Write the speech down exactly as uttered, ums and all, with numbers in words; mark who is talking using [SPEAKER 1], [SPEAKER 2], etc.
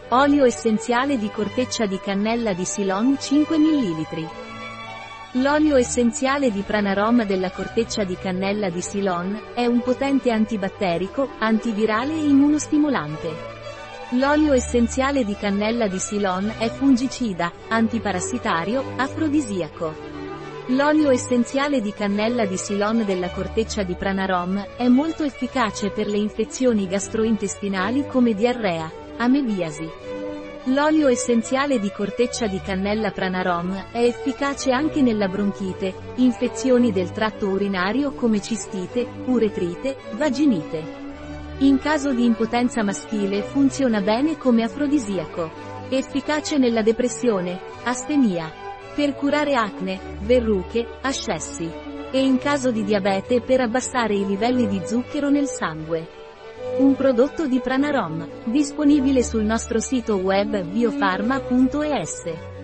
[SPEAKER 1] Olio essenziale di corteccia di cannella di Ceylon cinque millilitri. L'olio essenziale di Pranarom della corteccia di cannella di Ceylon è un potente antibatterico, antivirale e immunostimolante. L'olio essenziale di cannella di Ceylon è fungicida, antiparassitario, afrodisiaco. L'olio essenziale di cannella di Ceylon della corteccia di Pranarom è molto efficace per le infezioni gastrointestinali come diarrea, amebiasi. L'olio essenziale di corteccia di cannella Pranarom è efficace anche nella bronchite, infezioni del tratto urinario come cistite, uretrite, vaginite. In caso di impotenza maschile funziona bene come afrodisiaco. Efficace nella depressione, astenia. Per curare acne, verruche, ascessi. E in caso di diabete per abbassare i livelli di zucchero nel sangue. Un prodotto di Pranarom, disponibile sul nostro sito web biofarma punto es.